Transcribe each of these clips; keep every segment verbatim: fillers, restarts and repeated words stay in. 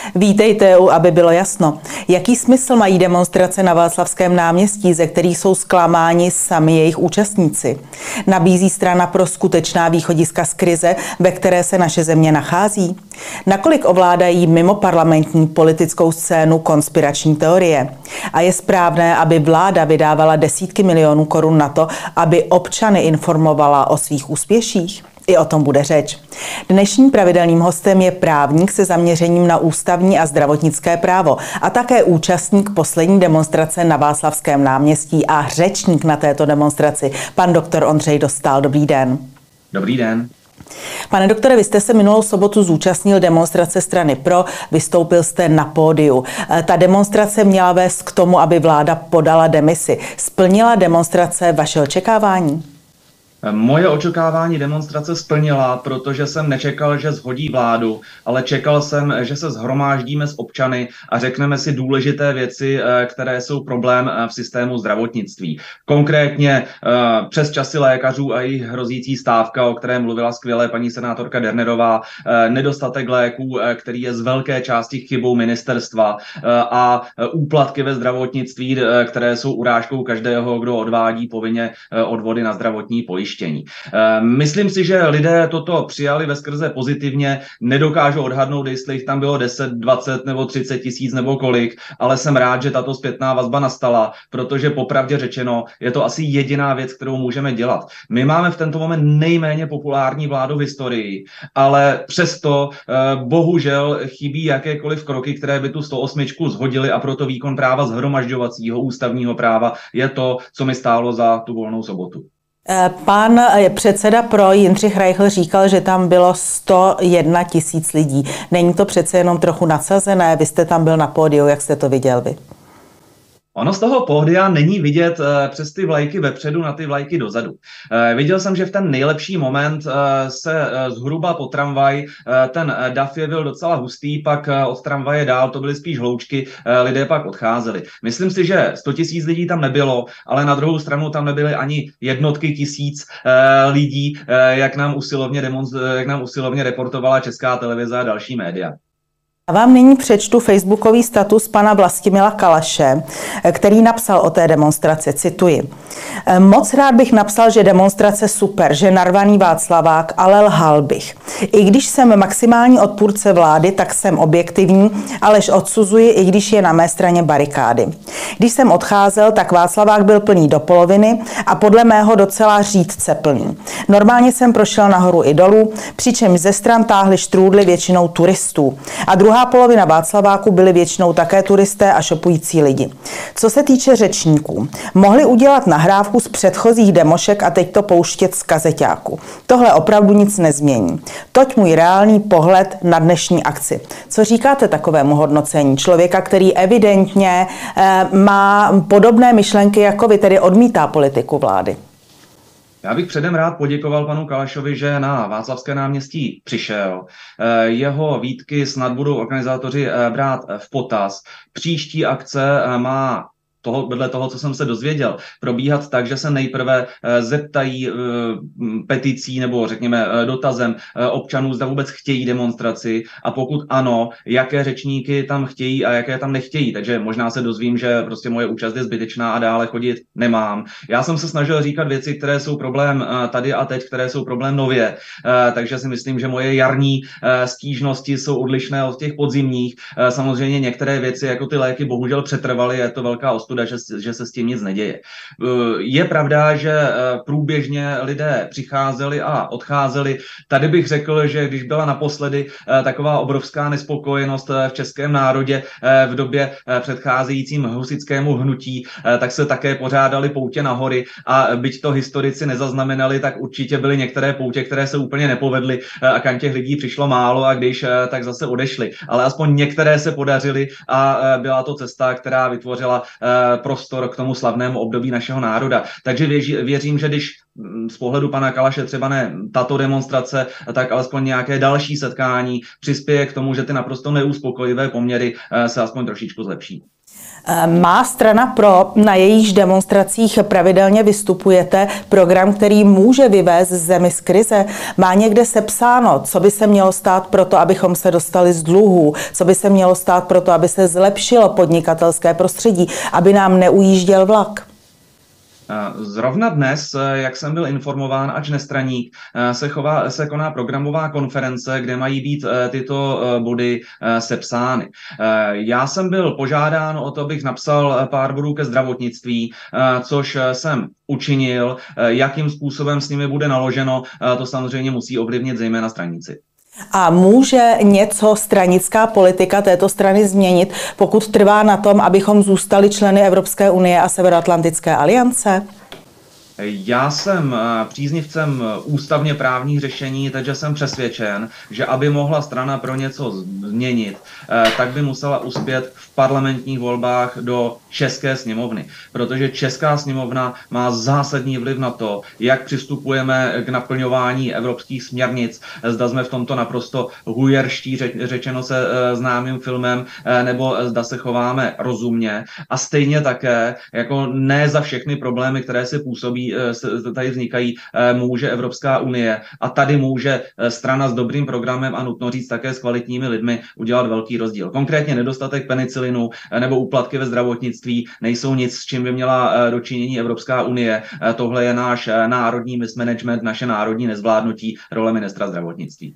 Vítejte, aby bylo jasno. Jaký smysl mají demonstrace na Václavském náměstí, ze kterých jsou zklamáni sami jejich účastníci? Nabízí strana pro skutečná východiska z krize, ve které se naše země nachází? Nakolik ovládají mimoparlamentní politickou scénu konspirační teorie? A je správné, aby vláda vydávala desítky milionů korun na to, aby občany informovala o svých úspěších? I o tom bude řeč. Dnešním pravidelným hostem je právník se zaměřením na ústavní a zdravotnické právo a také účastník poslední demonstrace na Václavském náměstí a řečník na této demonstraci, pan doktor Ondřej Dostál. Dobrý den. Dobrý den. Pane doktore, vy jste se minulou sobotu zúčastnil demonstrace strany Pro, vystoupil jste na pódiu. Ta demonstrace měla vést k tomu, aby vláda podala demisi. Splnila demonstrace vaše očekávání? Moje očekávání demonstrace splnila, protože jsem nečekal, že shodí vládu, ale čekal jsem, že se shromáždíme s občany a řekneme si důležité věci, které jsou problém v systému zdravotnictví. Konkrétně přes časy lékařů a jejich hrozící stávka, o které mluvila skvěle paní senátorka Dernerová, nedostatek léků, který je z velké části chybou ministerstva, a úplatky ve zdravotnictví, které jsou urážkou každého, kdo odvádí povinně odvody na zdravotní pojištění. Myslím si, že lidé toto přijali veskrze pozitivně, nedokážu odhadnout, jestli jich tam bylo deset, dvacet nebo třicet tisíc nebo kolik, ale jsem rád, že tato zpětná vazba nastala, protože popravdě řečeno je to asi jediná věc, kterou můžeme dělat. My máme v tento moment nejméně populární vládu v historii, ale přesto bohužel chybí jakékoliv kroky, které by tu sto osm zhodily, a proto výkon práva shromažďovacího ústavního práva je to, co mi stálo za tu volnou sobotu. Pan předseda Pro Jindřich Reichl říkal, že tam bylo sto jedna tisíc lidí. Není to přece jenom trochu nadsazené? Vy jste tam byl na pódiu, jak jste to viděl vy? Ono z toho pódia není vidět uh, přes ty vlajky vepředu na ty vlajky dozadu. Uh, viděl jsem, že v ten nejlepší moment uh, se uh, zhruba po tramvaj uh, ten uh, dav jevil docela hustý, pak uh, od tramvaje dál to byly spíš hloučky, uh, lidé pak odcházeli. Myslím si, že sto tisíc lidí tam nebylo, ale na druhou stranu tam nebyly ani jednotky tisíc uh, lidí, uh, jak nám usilovně demonst- jak nám usilovně reportovala Česká televize a další média. Já vám nyní přečtu facebookový status pana Vlastimila Kalaše, který napsal o té demonstraci, cituji. Moc rád bych napsal, že demonstrace super, že narvaný Václavák, ale lhal bych. I když jsem maximální odpůrce vlády, tak jsem objektivní, alež odsuzuji, i když je na mé straně barikády. Když jsem odcházel, tak Václavák byl plný do poloviny a podle mého docela řídce plný. Normálně jsem prošel nahoru i dolů, přičemž ze stran táhli štrůdly většinou turistů. A druhá polovina Václaváku byli většinou také turisté a šopující lidi. Co se týče řečníků, mohli udělat nahrávku z předchozích demošek a teď to pouštět z kazeťáku. Tohle opravdu nic nezmění. Toť můj reálný pohled na dnešní akci. Co říkáte takovému hodnocení člověka, který evidentně eh, má podobné myšlenky jako vy, tedy odmítá politiku vlády? Já bych předem rád poděkoval panu Kalašovi, že na Václavské náměstí přišel. Jeho výtky snad budou organizátoři brát v potaz. Příští akce má toho, vedle toho, co jsem se dozvěděl, probíhat tak, že se nejprve zeptají e, peticí nebo řekněme dotazem e, občanů, zda vůbec chtějí demonstraci, a pokud ano, jaké řečníky tam chtějí a jaké tam nechtějí. Takže možná se dozvím, že prostě moje účast je zbytečná a dále chodit nemám. Já jsem se snažil říkat věci, které jsou problém tady a teď, které jsou problém nově. E, takže si myslím, že moje jarní e, stížnosti jsou odlišné od těch podzimních. E, samozřejmě některé věci, jako ty léky, bohužel přetrvaly, je to velká ostuda, Že, že se s tím nic neděje. Je pravda, že průběžně lidé přicházeli a odcházeli. Tady bych řekl, že když byla naposledy taková obrovská nespokojenost v českém národě v době předcházejícím husitskému hnutí, tak se také pořádali poutě na hory, a byť to historici nezaznamenali, tak určitě byly některé poutě, které se úplně nepovedly a kam těch lidí přišlo málo, a když tak zase odešli. Ale aspoň některé se podařily a byla to cesta, která vytvořila prostor k tomu slavnému období našeho národa. Takže věří, věřím, že když z pohledu pana Kalaše třeba ne tato demonstrace, tak alespoň nějaké další setkání přispěje k tomu, že ty naprosto neuspokojivé poměry se aspoň trošičku zlepší. Má strana Pro, na jejíž demonstracích pravidelně vystupujete, program, který může vyvést zemi z krize? Má někde sepsáno, co by se mělo stát pro to, abychom se dostali z dluhů, co by se mělo stát pro to, aby se zlepšilo podnikatelské prostředí, aby nám neujížděl vlak? Zrovna dnes, jak jsem byl informován, ač nestraník, se, chová, se koná programová konference, kde mají být tyto body sepsány. Já jsem byl požádán o to, abych napsal pár bodů ke zdravotnictví, což jsem učinil. Jakým způsobem s nimi bude naloženo, to samozřejmě musí ovlivnit zejména straníci. A může něco stranická politika této strany změnit, pokud trvá na tom, abychom zůstali členy Evropské unie a Severoatlantické aliance? Já jsem příznivcem ústavně právních řešení, takže jsem přesvědčen, že aby mohla strana pro něco změnit, tak by musela uspět v parlamentních volbách do České sněmovny, protože Česká sněmovna má zásadní vliv na to, jak přistupujeme k naplňování evropských směrnic. Zda jsme v tomto naprosto hujerští, řečeno se známým filmem, nebo zda se chováme rozumně. A stejně také, jako ne za všechny problémy, které si působí, tady vznikají, může Evropská unie a tady může strana s dobrým programem a nutno říct také s kvalitními lidmi udělat velký rozdíl. Konkrétně nedostatek penicilinu nebo úplatky ve zdravotnictví nejsou nic, s čím by měla dočinění Evropská unie. Tohle je náš národní mismanagement, naše národní nezvládnutí role ministra zdravotnictví.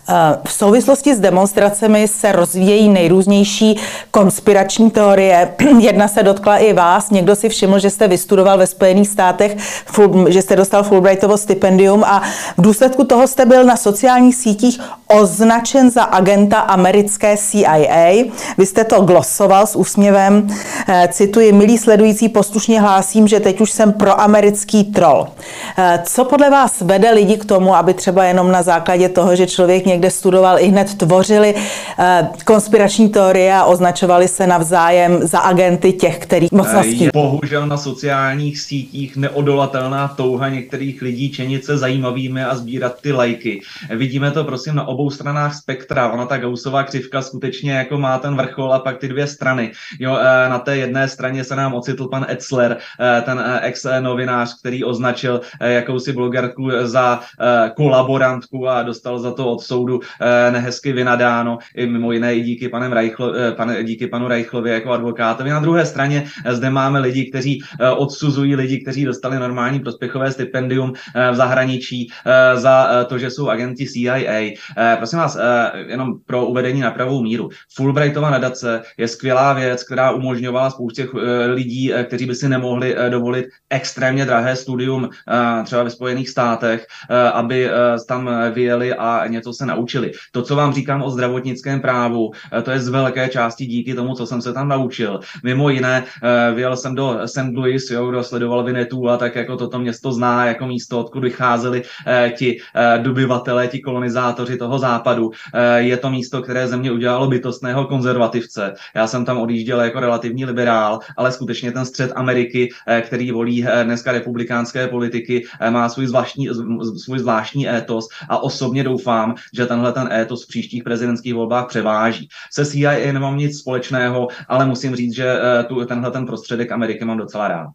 V souvislosti s demonstracemi se rozvíjejí nejrůznější konspirační teorie. Jedna se dotkla i vás. Někdo si všiml, že jste vystudoval ve Spojených státech, že jste dostal Fulbrightovo stipendium a v důsledku toho jste byl na sociálních sítích označen za agenta americké C I A. Vy jste to glosoval s úsměvem. Cituji, milí sledující, poslušně hlásím, že teď už jsem proamerický troll. Co podle vás vede lidi k tomu, aby třeba jenom na základě toho, že člověk někde studoval, i hned tvořili eh, konspirační teorie a označovali se navzájem za agenty těch, kterých mocností? Je bohužel na sociálních sítích neodolatelná touha některých lidí činit se zajímavými a sbírat ty lajky. Vidíme to prosím na obou stranách spektra. Ona ta Gaussova křivka skutečně jako má ten vrchol a pak ty dvě strany. Jo, eh, na té jedné straně se nám ocitl pan Etzler, eh, ten eh, ex-novinář, který označil eh, jakousi blogerku za eh, kolaborantku a dostal za to od soudu eh, nehezky vynadáno, i mimo jiné i díky, panem Reichlo, eh, pane, díky panu Reichlovi jako advokátovi. Na druhé straně eh, zde máme lidi, kteří eh, odsuzují lidi, kteří dostali normální prospěchové stipendium eh, v zahraničí eh, za eh, to, že jsou agenti C I A. Eh, prosím vás, eh, jenom pro uvedení na pravou míru. Fulbrightova nadace je skvělá věc, která umožňovala spoustě eh, lidí, eh, kteří by si nemohli eh, dovolit extrémně drahé studium eh, třeba ve Spojených státech, eh, aby eh, tam vyjeli a něco se naučili. To, co vám říkám o zdravotnickém právu, to je z velké části díky tomu, co jsem se tam naučil. Mimo jiné, vyjel jsem do Saint Louis, jo, kdo sledoval Vinetu a tak jako toto město zná jako místo, odkud vycházeli eh, ti eh, dobyvatelé, ti kolonizátoři toho západu. Eh, je to místo, které ze mě udělalo bytostného konzervativce. Já jsem tam odjížděl jako relativní liberál, ale skutečně ten střed Ameriky, eh, který volí eh, dneska republikánské politiky, eh, má svůj zvláštní, svůj zvláštní étos a osobně doufám, že tenhle ten étos v příštích prezidentských volbách převáží. Se C I A nemám nic společného, ale musím říct, že tu, tenhle ten prostředek Ameriky mám docela rád.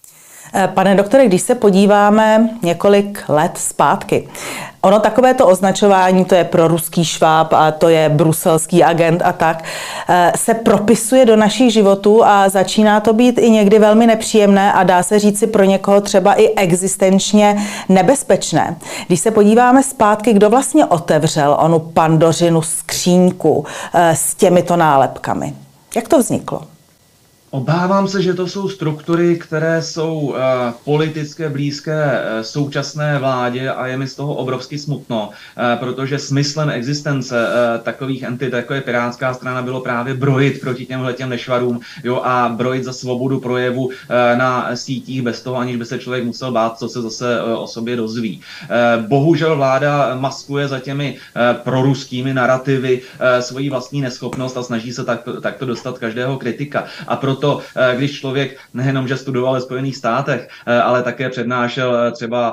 Pane doktore, když se podíváme několik let zpátky, ono takovéto označování, to je proruský šváb a to je bruselský agent a tak, se propisuje do našich životů a začíná to být i někdy velmi nepříjemné a dá se říci pro někoho třeba i existenčně nebezpečné. Když se podíváme zpátky, kdo vlastně otevřel onu Pandořinu skříňku s těmito nálepkami? Jak to vzniklo? Obávám se, že to jsou struktury, které jsou uh, politické blízké uh, současné vládě a je mi z toho obrovsky smutno, uh, protože smyslem existence uh, takových entit, jako je Pirátská strana, bylo právě brojit proti těmhletěm nešvarům, jo, a brojit za svobodu projevu uh, na sítích bez toho, aniž by se člověk musel bát, co se zase uh, o sobě dozví. Uh, bohužel vláda maskuje za těmi uh, proruskými narrativy uh, svoji vlastní neschopnost a snaží se takto, takto dostat každého kritika. A proto to, když člověk nejenom, že studoval ve Spojených státech, ale také přednášel třeba v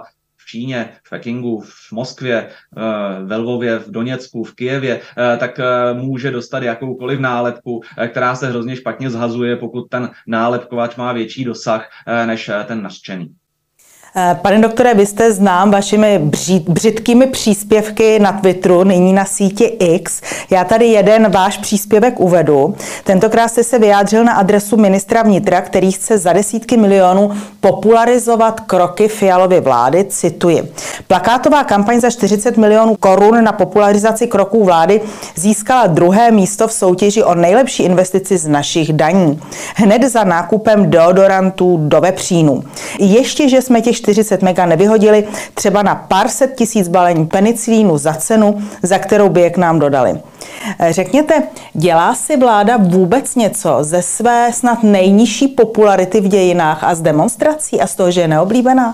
Číně, v Pekingu, v Moskvě, ve Lvově, v Doněcku, v Kyjevě, tak může dostat jakoukoliv nálepku, která se hrozně špatně zhazuje, pokud ten nálepkovač má větší dosah než ten nařčený. Pane doktore, vy jste znám vašimi břitkými příspěvky na Twitteru, nyní na síti X. Já tady jeden váš příspěvek uvedu. Tentokrát jste se vyjádřil na adresu ministra vnitra, který chce za desítky milionů popularizovat kroky Fialovy vlády. Cituji. Plakátová kampaň za čtyřicet milionů korun na popularizaci kroků vlády získala druhé místo v soutěži o nejlepší investici z našich daní. Hned za nákupem deodorantů do vepřínů. Ještě, že jsme těch čtyřicet mega nevyhodili třeba na pár set tisíc balení penicilínu za cenu, za kterou by je k nám dodali. Řekněte, dělá si vláda vůbec něco ze své snad nejnižší popularity v dějinách a z demonstrací a z toho, že je neoblíbená?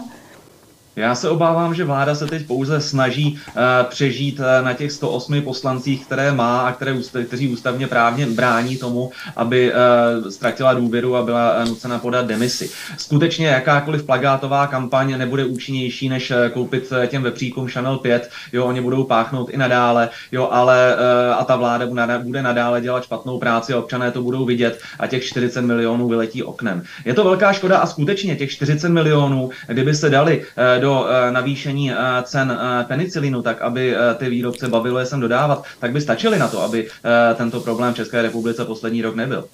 Já se obávám, že vláda se teď pouze snaží uh, přežít uh, na těch sto osmi poslancích, které má a které, kteří ústavně právně brání tomu, aby uh, ztratila důvěru a byla uh, nucena podat demisi. Skutečně jakákoliv plakátová kampaň nebude účinnější, než uh, koupit uh, těm vepříkům Chanel pět, jo, oni budou páchnout i nadále, jo, ale uh, a ta vláda bude nadále dělat špatnou práci a občané to budou vidět a těch čtyřicet milionů vyletí oknem. Je to velká škoda a skutečně těch čtyřicet milionů, kdyby se dali uh, do navýšení cen penicilinu, tak aby ty výrobce bavilo je sem dodávat, tak by stačily na to, aby tento problém v České republice poslední rok nebyl.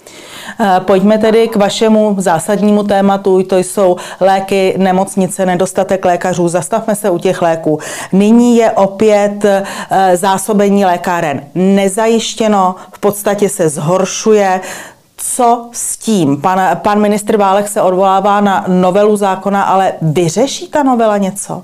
Pojďme tedy k vašemu zásadnímu tématu, to jsou léky, nemocnice, nedostatek lékařů. Zastavme se u těch léků. Nyní je opět zásobení lékáren nezajištěno, v podstatě se zhoršuje. Co s tím? Pan, pan ministr Válek se odvolává na novelu zákona, ale vyřeší ta novela něco?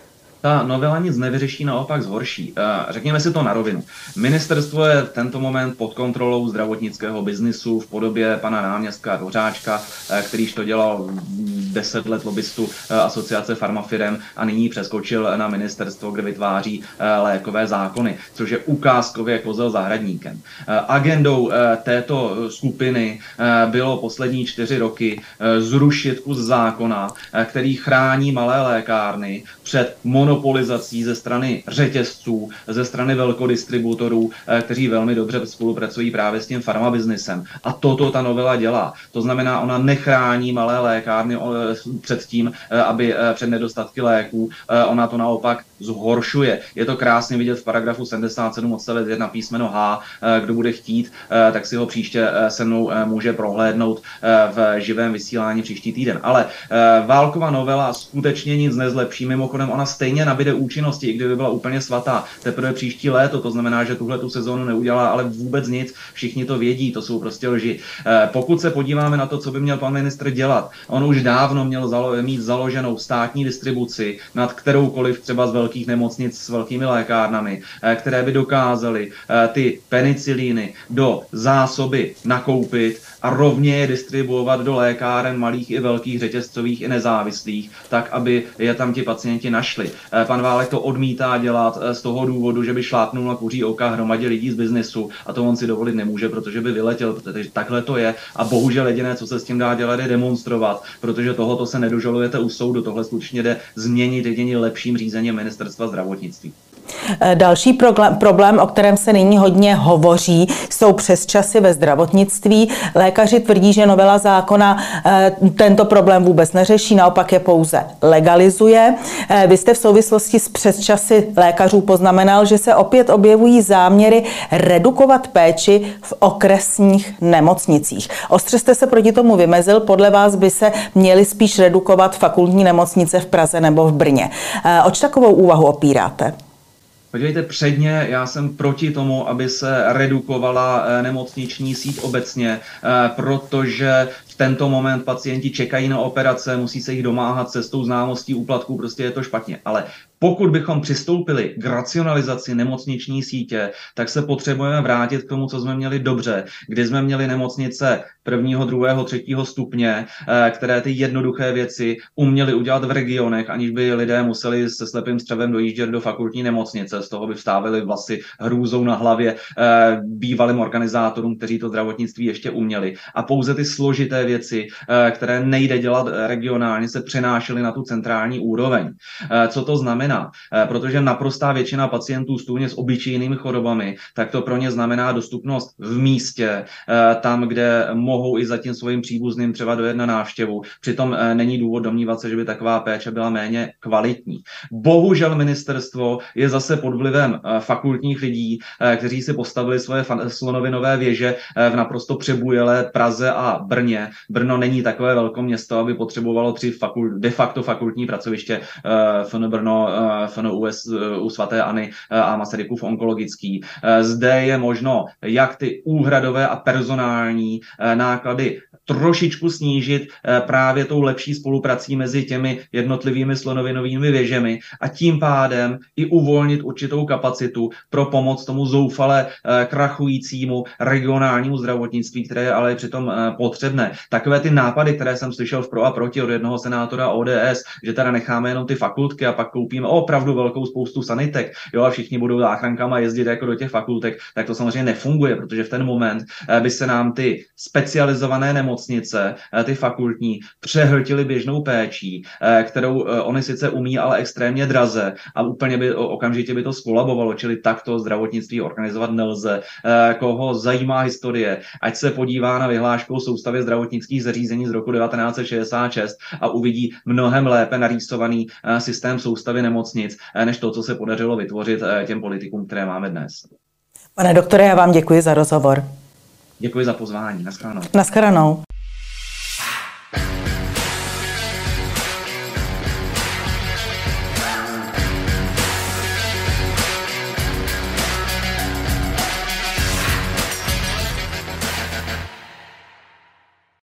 Ta novela nic nevyřeší, naopak zhorší. Řekněme si to na rovinu. Ministerstvo je v tento moment pod kontrolou zdravotnického biznisu v podobě pana náměstka Dvořáčka, kterýž to dělal deset let lobbystu asociace farmafirem a nyní přeskočil na ministerstvo, kde vytváří lékové zákony, což je ukázkově kozel zahradníkem. Agendou této skupiny bylo poslední čtyři roky zrušit kus zákona, který chrání malé lékárny před monopolizací ze strany řetězců, ze strany velkodistributorů, kteří velmi dobře spolupracují právě s tím farmabiznisem. A toto ta novela dělá. To znamená, ona nechrání malé lékárny před tím, aby před nedostatky léků, ona to naopak zhoršuje. Je to krásně vidět v paragrafu sedmdesát sedm odstavec jedna písmeno H. Kdo bude chtít, tak si ho příště se mnou může prohlédnout v živém vysílání příští týden. Ale Válkova novela skutečně nic nezlepší. Mimochodem, ona stejně nabyde účinnosti, i kdyby byla úplně svatá. Teprve příští léto, to znamená, že tuhle tu sezónu neudělá, ale vůbec nic. Všichni to vědí, to jsou prostě lži. Pokud se podíváme na to, co by měl pan ministr dělat, on už dávno měl zalo- mít založenou státní distribuci nad kteroukoliv třeba z velkých nemocnic s velkými lékárnami, které by dokázaly ty penicilíny do zásoby nakoupit a rovně je distribuovat do lékáren malých i velkých, řetězcových i nezávislých, tak, aby je tam ti pacienti našli. Pan Válek to odmítá dělat z toho důvodu, že by šlápnul na kuří oka hromadě lidí z biznesu a to on si dovolit nemůže, protože by vyletěl, protože takhle to je a bohužel jediné, co se s tím dá dělat, je demonstrovat, protože tohoto se nedožalujete u soudu, tohle skutečně jde změnit jedině lepším řízením ministerstva zdravotnictví. Další problém, o kterém se nyní hodně hovoří, jsou přesčasy ve zdravotnictví. Lékaři tvrdí, že novela zákona tento problém vůbec neřeší, naopak je pouze legalizuje. Vy jste v souvislosti s přesčasy lékařů poznamenal, že se opět objevují záměry redukovat péči v okresních nemocnicích. Ostře jste se proti tomu vymezil, podle vás by se měly spíš redukovat fakultní nemocnice v Praze nebo v Brně. Oč takovou úvahu opíráte? Podívejte, předně já jsem proti tomu, aby se redukovala nemocniční síť obecně, protože v tento moment pacienti čekají na operace, musí se jich domáhat cestou známostí úplatků, prostě je to špatně. Ale Pokud bychom přistoupili k racionalizaci nemocniční sítě, tak se potřebujeme vrátit k tomu, co jsme měli dobře, kdy jsme měli nemocnice prvního, druhého, třetího stupně, které ty jednoduché věci uměly udělat v regionech, aniž by lidé museli se slepým střevem dojíždět do fakultní nemocnice. Z toho by vstávali vlasy hrůzou na hlavě bývalým organizátorům, kteří to zdravotnictví ještě uměli. A pouze ty složité věci, které nejde dělat regionálně, se přenášely na tu centrální úroveň. Co to znamená? Protože naprostá většina pacientů stůně s obyčejnými chorobami, tak to pro ně znamená dostupnost v místě, tam, kde mohou i za tím svým příbuzným třeba dojet na návštěvu. Přitom není důvod domnívat se, že by taková péče byla méně kvalitní. Bohužel ministerstvo je zase pod vlivem fakultních lidí, kteří si postavili svoje slonovinové věže v naprosto přebujelé Praze a Brně. Brno není takové velkoměsto, aby potřebovalo tři fakult, de facto fakultní pracoviště, F N Brno, F N U S u svaté Anny a Masarykův onkologický. Zde je možno jak ty úhradové a personální náklady trošičku snížit právě tou lepší spoluprací mezi těmi jednotlivými slonovinovými věžemi a tím pádem i uvolnit určitou kapacitu pro pomoc tomu zoufale krachujícímu regionálnímu zdravotnictví, které je ale přitom potřebné. Takové ty nápady, které jsem slyšel v pro a proti od jednoho senátora O D S, že teda necháme jenom ty fakultky a pak koupíme opravdu velkou spoustu sanitek, jo, a všichni budou záchrankama jezdit jako do těch fakultek, tak to samozřejmě nefunguje, protože v ten moment by se nám ty specializované nemocnice, ty fakultní, přehltily běžnou péčí, kterou oni sice umí, ale extrémně draze a úplně by okamžitě by to skolabovalo, čili takto zdravotnictví organizovat nelze. Koho zajímá historie, ať se podívá na vyhlášku o soustavě zdravotnických zařízení z roku devatenáct set šedesát šest a uvidí mnohem lépe narýsovaný systém soustavy nemocnic, než to, co se podařilo vytvořit těm politikům, které máme dnes. Pane doktore, já vám děkuji za rozhovor. Děkuji za pozvání. Naschledanou. Naschledanou.